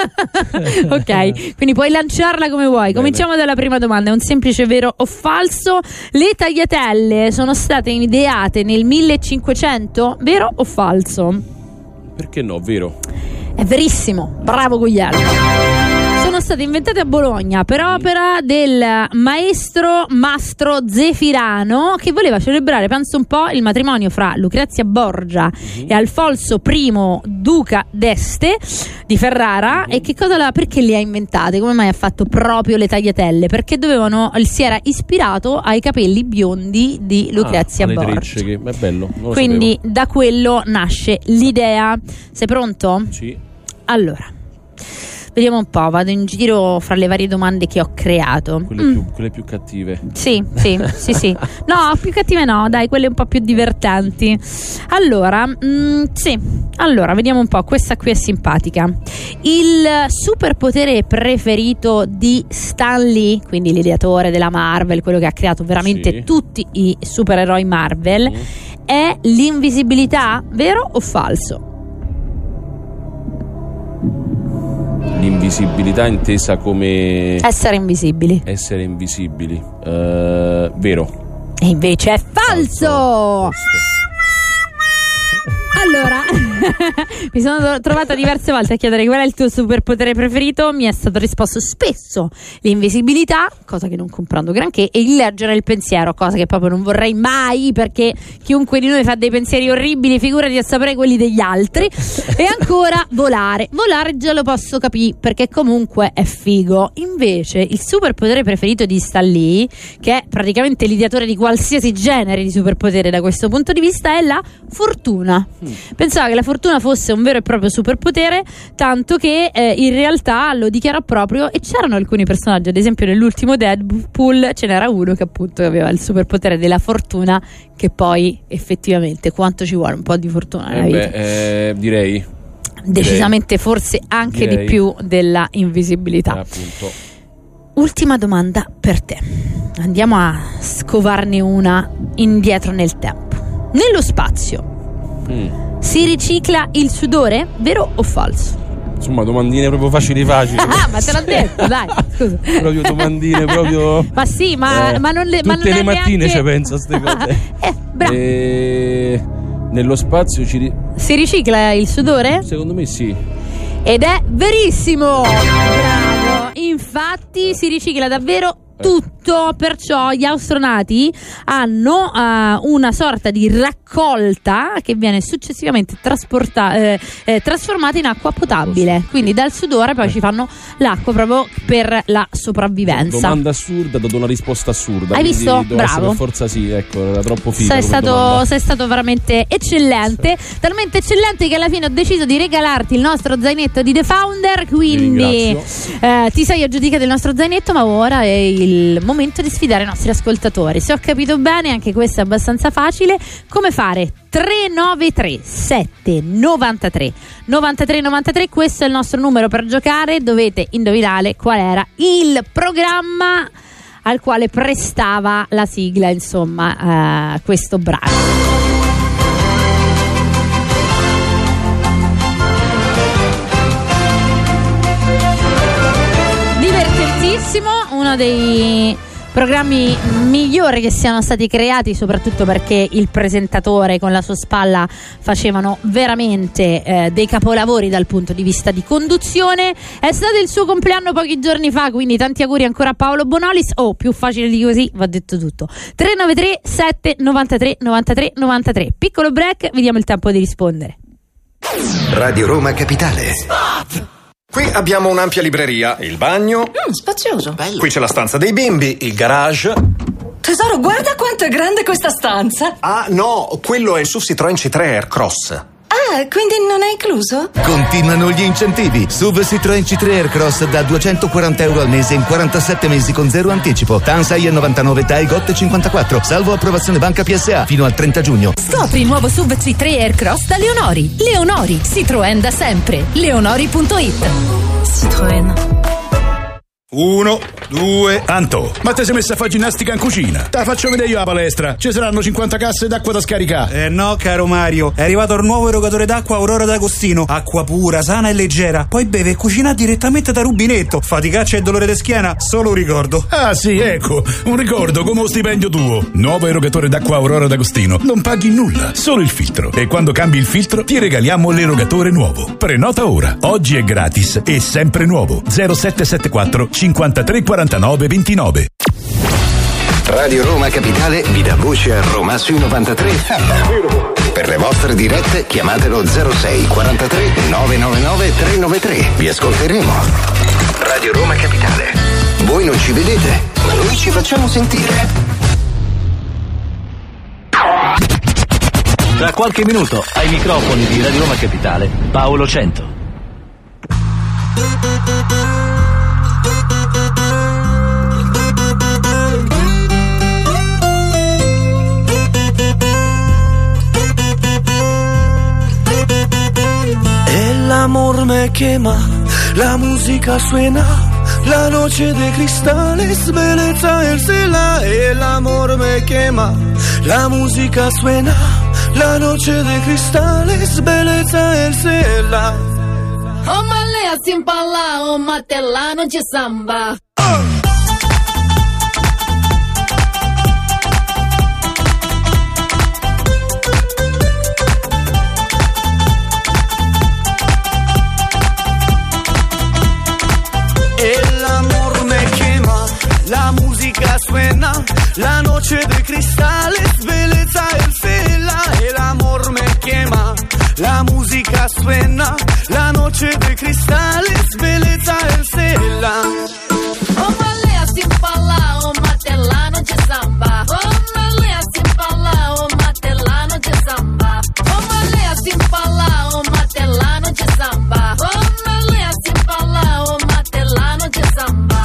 B: Ok, quindi puoi lanciarla come vuoi.
C: Bene.
B: Cominciamo dalla prima domanda, è un semplice vero o falso? Le tagliatelle sono state ideate nel millecinquecento, vero o falso?
C: Perché no, vero?
B: È verissimo, bravo Guglielmo. Sono state inventate a Bologna per opera del maestro Mastro Zefirano, che voleva celebrare, penso un po', il matrimonio fra Lucrezia Borgia
C: uh-huh.
B: e Alfonso I Duca d'Este di Ferrara.
C: Uh-huh.
B: E che cosa la, perché le ha inventate? Come mai ha fatto proprio le tagliatelle? Perché dovevano, si era ispirato ai capelli biondi di Lucrezia
C: ah, alle
B: Borgia.
C: trecce, che è bello, non lo
B: Quindi
C: sapevo.
B: da quello nasce l'idea. Sei pronto?
C: Sì.
B: Allora, vediamo un po', vado in giro fra le varie domande che ho creato.
C: Quelle,
B: Mm.
C: più, quelle più cattive.
B: Sì, sì, sì, sì. No, più cattive no, dai, quelle un po' più divertenti. Allora, mm, sì, allora, vediamo un po', questa qui è simpatica. Il superpotere preferito di Stan Lee, quindi l'ideatore della Marvel, quello che ha creato veramente
C: Sì.
B: tutti i supereroi Marvel,
C: Mm.
B: è l'invisibilità, vero o falso?
C: L'invisibilità intesa come
B: Essere invisibili.
C: essere invisibili. Eh, vero.
B: E invece è falso. Allora, mi sono trovata diverse volte a chiedere qual è il tuo superpotere preferito. Mi è stato risposto spesso l'invisibilità, cosa che non comprendo granché, e il leggere il pensiero, cosa che proprio non vorrei mai, perché chiunque di noi fa dei pensieri orribili, figurati a sapere quelli degli altri. E ancora volare. Volare già lo posso capire, perché comunque è figo. Invece il superpotere preferito di Stan Lee, che è praticamente l'ideatore di qualsiasi genere di superpotere da questo punto di vista, è la fortuna. Pensava che la fortuna fosse un vero e proprio superpotere, tanto che eh, in realtà lo dichiara proprio. E c'erano alcuni personaggi, ad esempio nell'ultimo Deadpool ce n'era uno che appunto aveva il superpotere della fortuna, che poi effettivamente quanto ci vuole un po' di fortuna nella
C: Eh
B: vita.
C: beh, eh, direi.
B: Decisamente, forse anche
C: Direi.
B: di più della invisibilità.
C: Eh, appunto.
B: Ultima domanda per te, andiamo a scovarne una indietro nel tempo. Nello spazio
C: Mm.
B: si ricicla il sudore, vero o falso?
C: Insomma, domandine proprio facili facili.
B: Ah, ma te l'ho detto, dai, scusa.
C: Proprio domandine proprio.
B: Ma sì, ma,
C: Eh,
B: ma non le ma
C: tutte
B: non
C: le
B: è
C: mattine
B: neanche...
C: ci penso a ste cose.
B: eh, bravo.
C: E... nello spazio ci ri-
B: Si ricicla il sudore?
C: secondo me sì.
B: Ed è verissimo. Bravo. Infatti si ricicla davvero tutto tutto, perciò gli astronauti hanno uh, una sorta di raccolta che viene successivamente trasportata, eh, eh, trasformata in acqua potabile, quindi dal sudore poi ci fanno l'acqua proprio per la sopravvivenza.
C: Domanda assurda, ho dato una risposta assurda.
B: Hai visto? Bravo.
C: Per forza sì, ecco, era troppo figo.
B: Sei stato, sei stato veramente eccellente, sì. Talmente eccellente che alla fine ho deciso di regalarti il nostro zainetto di The Founder, quindi eh, ti sei aggiudicato il nostro zainetto, ma ora è il momento di sfidare i nostri ascoltatori. Se ho capito bene, anche questo è abbastanza facile. Come fare? tre nove tre sette nove tre nove tre nove tre, questo è il nostro numero per giocare. Dovete indovinare qual era il programma al quale prestava la sigla, insomma, eh, questo brano. Divertentissimo, uno dei programmi migliori che siano stati creati, soprattutto perché il presentatore con la sua spalla facevano veramente eh, dei capolavori dal punto di vista di conduzione. È stato il suo compleanno pochi giorni fa, quindi tanti auguri ancora a Paolo Bonolis. Oh, più facile di così va detto tutto. tre nove tre sette nove tre nove tre nove tre. Piccolo break, vediamo il tempo di rispondere.
D: Radio Roma Capitale.
A: Spot! Qui abbiamo un'ampia libreria, il bagno.
G: Mm, spazioso. Bello.
A: Qui c'è la stanza dei bimbi, il garage.
G: Tesoro, guarda quanto è grande questa stanza.
A: Ah, no, quello è il S U V Citroën C tre Aircross.
G: Ah, quindi non è incluso?
F: Continuano gli incentivi. S U V Citroën C tre Aircross da duecentoquaranta euro al mese in quarantasette mesi con zero anticipo. T A N sei virgola novantanove, T A I G O T cinquantaquattro. Salvo approvazione Banca P S A fino al trenta giugno.
H: Scopri il nuovo S U V C tre Aircross da Leonori. Leonori, Citroën da sempre. Leonori punto it.
G: Citroën.
X: Uno, due, Anto, ma te sei messa a fare ginnastica in cucina? Te la faccio vedere io la palestra. Ci saranno cinquanta casse d'acqua da scaricare.
Y: Eh no, caro Mario, è arrivato il nuovo erogatore d'acqua Aurora d'Agostino. Acqua pura, sana e leggera. Poi beve e cucina direttamente da rubinetto. Faticaccia e dolore di schiena, solo un ricordo.
X: Ah sì, ecco, un ricordo come lo stipendio tuo. Nuovo erogatore d'acqua Aurora d'Agostino. Non paghi nulla, solo il filtro. E quando cambi il filtro ti regaliamo l'erogatore nuovo. Prenota ora. Oggi è gratis e sempre nuovo. zero sette sette quattro cinquantatré quarantanove ventinove.
D: Radio Roma Capitale vi dà voce a Roma sui novantatré. Per le vostre dirette chiamatelo zero sei quarantatré novecentonovantanove trecentonovantatré. Vi ascolteremo. Radio Roma Capitale. Voi non ci vedete, ma noi ci facciamo sentire.
U: Tra qualche minuto ai microfoni di Radio Roma Capitale, Paolo Cento.
V: El amor me quema, la música suena, la noche de cristales, belleza el cielo. El amor me quema, la música suena, la noche de cristales, belleza el cielo.
H: Oh malea simpala, oh matelano de samba.
V: El amor me quema, la música suena, la noche de cristales, belleza el cielo. El amor me quema, la música suena, la noche de cristales, belleza el cielo.
H: Oh malea simpala, oh matelano de samba. Oh malea simpala, oh matelano de samba. Oh malea simpala, oh matelano de samba. Oh malea simpala, oh matelano de samba.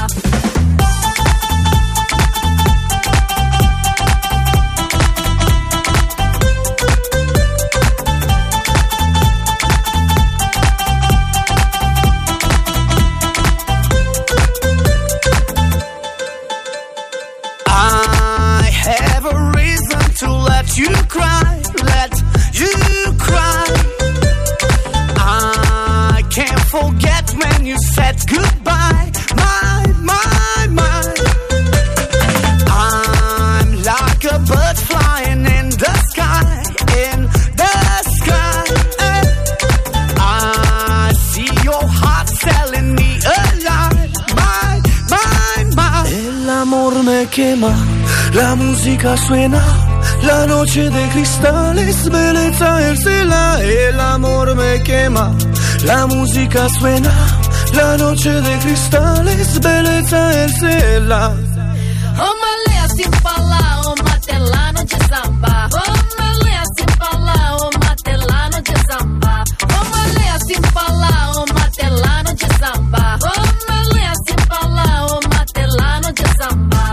W: quema, la música suena, la noche de cristales, belleza el cielo, el amor me quema, la música suena, la noche de cristales, belleza el cielo.
H: Oh malea sin falar, oh matelano de samba. Oh malea sin falar, oh matelano de samba. Oh malea sin falar, oh matelano de samba. Oh malea sin falar, oh matelano de samba.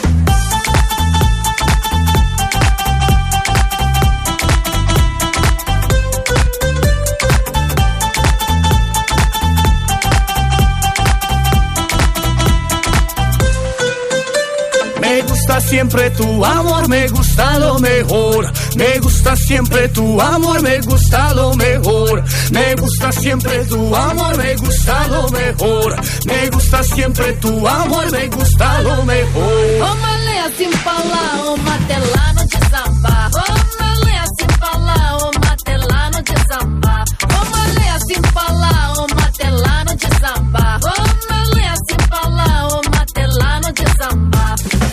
W: Me gusta siempre tu amor, me gusta lo mejor. Me gusta siempre tu amor, me gusta lo mejor. Me gusta siempre tu amor, me gusta lo mejor. Me gusta siempre tu amor, me gusta lo mejor.
H: Oh malea sin falar, oh matelano de samba. Oh malea sin falar, oh matelano de samba. Oh malea sin falar, oh matelano de samba. Oh malea sin falar, oh matelano de samba.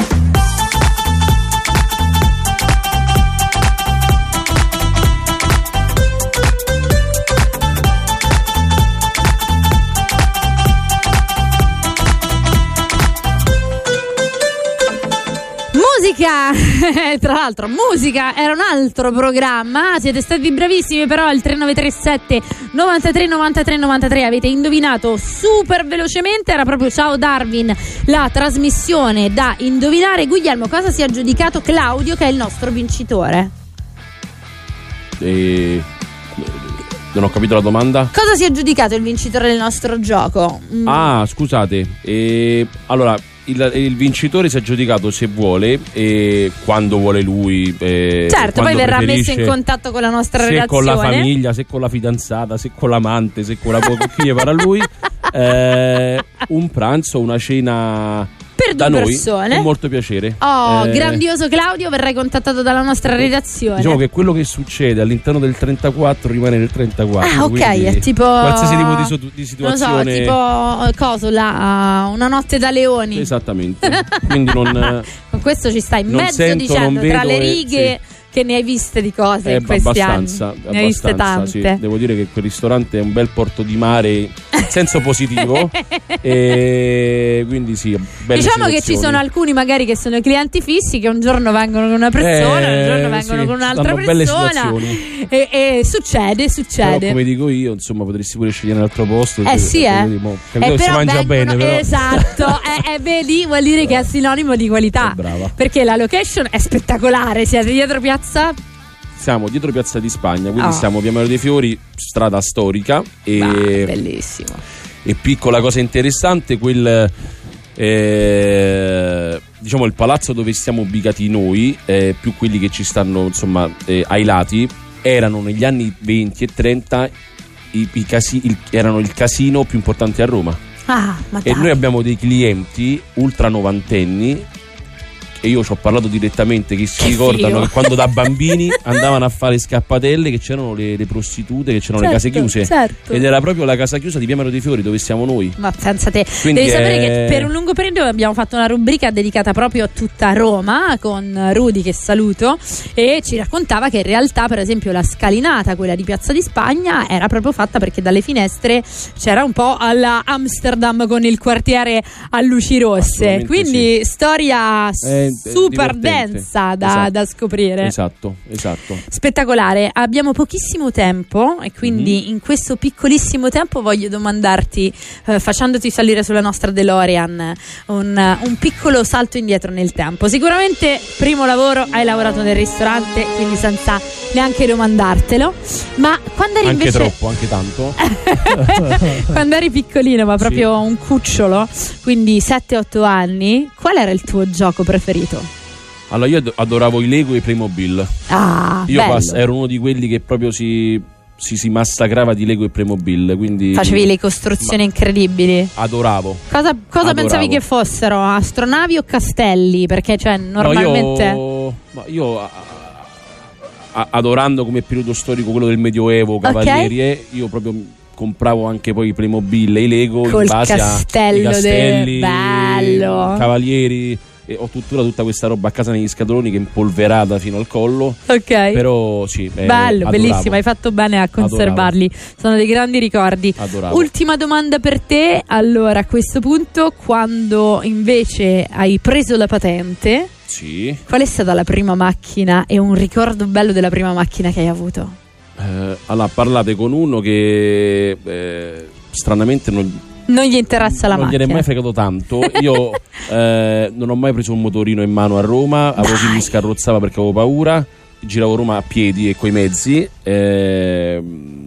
B: Musica, tra l'altro musica era un altro programma, siete stati bravissimi però al tre nove tre sette novantatré novantatré novantatré avete indovinato super velocemente, era proprio Ciao Darwin la trasmissione da indovinare. Guglielmo, cosa si è aggiudicato Claudio che è il nostro vincitore?
C: E... non ho capito la domanda.
B: Cosa si è aggiudicato il vincitore del nostro gioco? Mm.
C: Ah, scusate. E... allora, il, il vincitore si è aggiudicato, se vuole, e quando vuole lui. E
B: certo, poi verrà messo in contatto con la nostra
C: se
B: redazione.
C: Se con la famiglia, se con la fidanzata, se con l'amante, se con la chi para lui. eh, un pranzo, una cena.
B: Per
C: da
B: due
C: noi,
B: persone.
C: con molto piacere.
B: Oh,
C: eh,
B: grandioso Claudio, verrai contattato dalla nostra redazione.
C: Diciamo che quello che succede all'interno del trentaquattro rimane nel trentaquattro.
B: Ah, ok, è tipo
C: qualsiasi tipo di, so- di situazione.
B: Non so, tipo coso là, Una notte da leoni.
C: Esattamente. Quindi non
B: con questo ci stai in
C: non
B: mezzo
C: sento,
B: dicendo tra le righe.
C: Sì.
B: Che ne hai viste di cose
C: eh,
B: in questi
C: abbastanza,
B: anni. Ne hai viste tante.
C: Sì. Devo dire che quel ristorante è un bel porto di mare in senso positivo. E quindi sì, belle
B: diciamo
C: situazioni.
B: Che ci sono alcuni magari che sono clienti fissi che un giorno vengono con una persona,
C: eh,
B: un giorno vengono
C: sì,
B: con un'altra persona. E, e succede, succede.
C: Però, come dico io, insomma, potresti pure scegliere un altro posto.
B: Eh sì, eh.
C: Vedi, mo,
B: eh,
C: che si mangia
B: vengono,
C: bene, però.
B: Esatto. eh, eh, vedi, vuol dire che è sinonimo di qualità.
C: Eh, brava.
B: Perché la location è spettacolare. Siete dietro piazza.
C: Siamo dietro Piazza di Spagna, quindi
B: oh.
C: siamo Via Mario dei Fiori, strada storica. E,
B: bah, bellissimo.
C: E piccola cosa interessante, quel eh, diciamo il palazzo dove siamo ubicati noi, eh, più quelli che ci stanno insomma eh, ai lati, erano negli anni venti e trenta i, i casi, il, erano il casino più importante a Roma.
B: Ah, ma
C: e
B: dai.
C: noi abbiamo dei clienti ultra novantenni. E io ci ho parlato direttamente che si
B: che
C: ricordano
B: figo.
C: che quando da bambini andavano a fare scappatelle, che c'erano le, le prostitute, che c'erano
B: certo,
C: le case chiuse,
B: certo.
C: ed era proprio la casa chiusa di Via Mario dei Fiori dove siamo noi.
B: Ma pensa te.
C: Quindi
B: devi
C: è...
B: sapere che per un lungo periodo abbiamo fatto una rubrica dedicata proprio a tutta Roma con Rudy, che saluto, e ci raccontava che in realtà per esempio la scalinata, quella di Piazza di Spagna, era proprio fatta perché dalle finestre c'era un po' alla Amsterdam con il quartiere a luci rosse, quindi
C: sì.
B: storia
C: è,
B: super
C: è
B: densa da,
C: esatto.
B: da scoprire.
C: Esatto, esatto.
B: Spettacolare. Abbiamo pochissimo tempo e quindi mm-hmm. in questo piccolissimo tempo voglio domandarti, eh, facendoti salire sulla nostra DeLorean, un, un piccolo salto indietro nel tempo. Sicuramente primo lavoro, hai lavorato nel ristorante, quindi senza neanche domandartelo, ma quando eri
C: anche
B: invece
C: troppo, anche tanto
B: quando eri piccolino, ma proprio sì. un cucciolo, quindi sette otto anni, qual era il tuo gioco preferito?
C: Allora io adoravo i Lego e i Playmobil.
B: Ah,
C: io
B: bello.
C: pass- ero uno di quelli che proprio si, si, si massacrava di Lego e Playmobil, quindi
B: facevi le costruzioni incredibili.
C: Adoravo.
B: Cosa, cosa
C: adoravo.
B: pensavi che fossero? Astronavi o castelli? Perché cioè normalmente
C: no, io, ma io a, a, adorando come periodo storico quello del Medioevo, Cavalieri, okay. eh, io proprio compravo anche poi i Playmobil e i Lego
B: col
C: in base
B: castello
C: ai castelli,
B: de... bello.
C: Cavalieri. e ho tuttora tutta questa roba a casa negli scatoloni che è impolverata fino al collo.
B: Ok.
C: Però sì, eh,
B: bello,
C: adoravo.
B: bellissimo, hai fatto bene a conservarli. Adoravo. Sono dei grandi ricordi.
C: Adoravo.
B: Ultima domanda per te. Allora, a questo punto, quando invece hai preso la patente,
C: sì.
B: qual è stata la prima macchina e un ricordo bello della prima macchina che hai avuto?
C: Eh, allora, parlate con uno che eh, stranamente non
B: Non gli interessa la
C: non
B: macchina.
C: gliene è mai fregato tanto. Io eh, non ho mai preso un motorino in mano a Roma. Avevo chi mi scarrozzava perché avevo paura. Giravo a Roma a piedi e coi mezzi. Eh,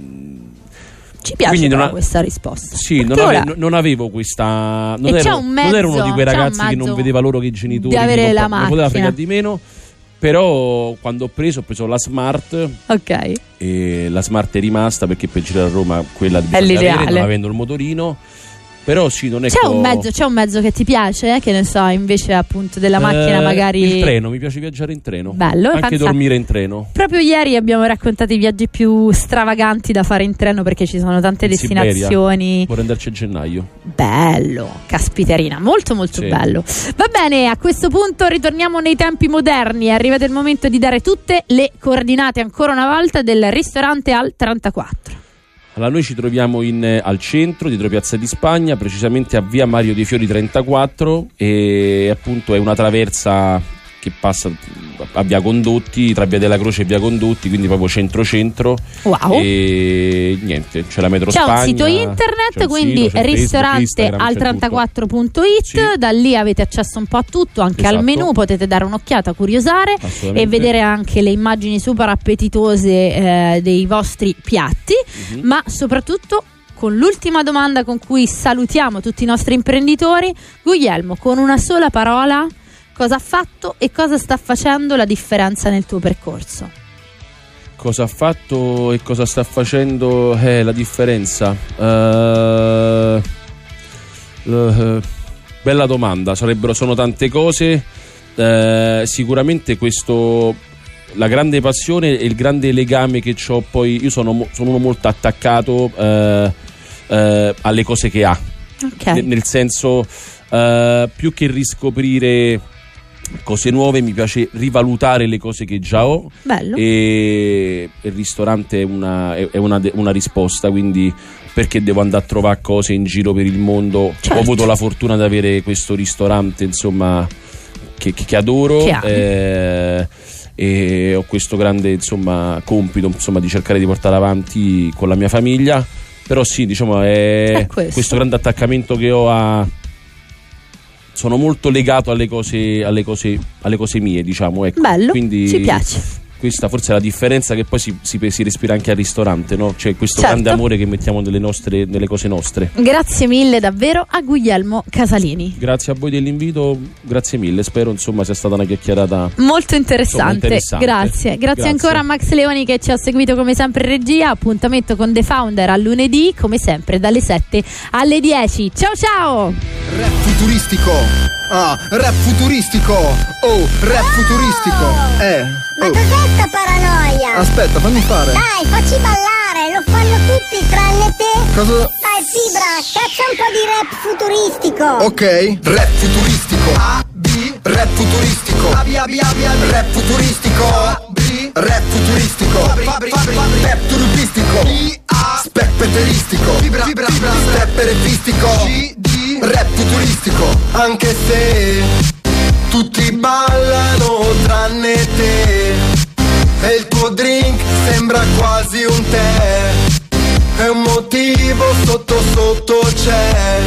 B: Ci piace
C: non
B: però
C: ha...
B: questa risposta.
C: Sì, non,
B: ora...
C: ave... non avevo questa. Non
B: E c'è
C: ero,
B: un mezzo,
C: non ero uno di quei
B: c'è un
C: ragazzi che non
B: mezzo
C: vedeva loro che i genitori
B: di avere
C: non,
B: la
C: non
B: macchina.
C: poteva fregare di meno. Però quando ho preso, ho preso la Smart.
B: Ok.
C: E la Smart è rimasta perché per girare a Roma quella di
B: È l'ideale.
C: avere, non avendo il motorino. Però sì, non è
B: c'è
C: co...
B: un mezzo, c'è un mezzo che ti piace, eh? Che ne so, invece appunto della macchina
C: eh,
B: magari.
C: Il treno, mi piace viaggiare in treno.
B: Bello,
C: anche
B: fantastico.
C: dormire in treno.
B: Proprio ieri abbiamo raccontato i viaggi più stravaganti da fare in treno perché ci sono tante
C: In
B: destinazioni.
C: Siberia. Vorrei andarci a gennaio.
B: Bello, caspiterina, molto molto
C: Sì.
B: bello. Va bene, a questo punto ritorniamo nei tempi moderni. È arrivato il momento di dare tutte le coordinate ancora una volta del ristorante al trentaquattro.
C: Allora, noi ci troviamo in, eh, al centro, dietro Piazza di Spagna, precisamente a via Mario dei Fiori trentaquattro, e appunto è una traversa che passa a via Condotti, tra via della Croce e via Condotti, quindi proprio centro-centro.
B: Wow.
C: E niente, c'è la metro
B: C'è
C: Spagna.
B: un sito internet,
C: c'è un
B: quindi
C: sito, c'è
B: ristorante
C: Facebook, Instagram,
B: al
C: c'è
B: trentaquattro punto it.
C: Sì.
B: Da lì avete accesso un po' a tutto, anche
C: Esatto.
B: al menù, potete dare un'occhiata, curiosare
C: Assolutamente.
B: e vedere anche le immagini super appetitose eh, dei vostri piatti,
C: Mhm.
B: ma soprattutto con l'ultima domanda con cui salutiamo tutti i nostri imprenditori. Guglielmo, con una sola parola, cosa ha fatto e cosa sta facendo la differenza nel tuo percorso?
C: Cosa ha fatto e cosa sta facendo eh, la differenza? Uh, uh, bella domanda, sarebbero, sono tante cose. Uh, sicuramente questo, la grande passione e il grande legame che ho. Poi io sono, sono uno molto attaccato uh, uh, alle cose che ha.
B: Okay.
C: N- nel senso, uh, più che riscoprire cose nuove, mi piace rivalutare le cose che già ho.
B: Bello.
C: E il ristorante è una, è una, una risposta, quindi perché devo andare a trovare cose in giro per il mondo?
B: Certo.
C: Ho avuto la fortuna di avere questo ristorante, insomma, che, che, che adoro,
B: Che ami.
C: eh, e ho questo grande, insomma, compito, insomma, di cercare di portare avanti con la mia famiglia. Però sì, diciamo, è,
B: È questo.
C: questo grande attaccamento che ho a... sono molto legato alle cose, alle cose, alle cose mie, diciamo, ecco.
B: Bello,
C: quindi
B: ci piace.
C: Questa forse è la differenza, che poi si, si, si respira anche al ristorante, no? C'è questo
B: Certo.
C: grande amore che mettiamo nelle nostre, nelle cose nostre.
B: Grazie mille davvero a Guglielmo Casalini.
C: Grazie a voi dell'invito, grazie mille, spero insomma sia stata una chiacchierata
B: Molto interessante.
C: insomma, interessante.
B: Grazie. Grazie
C: Grazie.
B: ancora a Max Leoni che ci ha seguito come sempre in regia. Appuntamento con The Founder a lunedì, come sempre dalle sette alle dieci. Ciao ciao!
E: Rap futuristico. Ah, rap futuristico. Oh, rap futuristico. Eh.
I: Ma
E: Oh.
I: cos'è sta paranoia?
E: Aspetta, fammi fare.
I: Dai, facci ballare, lo fanno tutti tranne te.
E: Cosa?
I: Dai, Fibra, caccia un po' di rap futuristico.
E: Ok, rap futuristico. A, B, rap futuristico. A, B, A, B, A, B, A, B. Rap futuristico. A, B, rap futuristico. Fabri, fabri, fabri, fabri. Rap turupistico. I, A, specpeteristico. Fibra, fibra, fibra. Stepperefistico. C, D, rap futuristico. Anche se tutti ballano tranne te, e il tuo drink sembra quasi un tè, e un motivo sotto sotto c'è.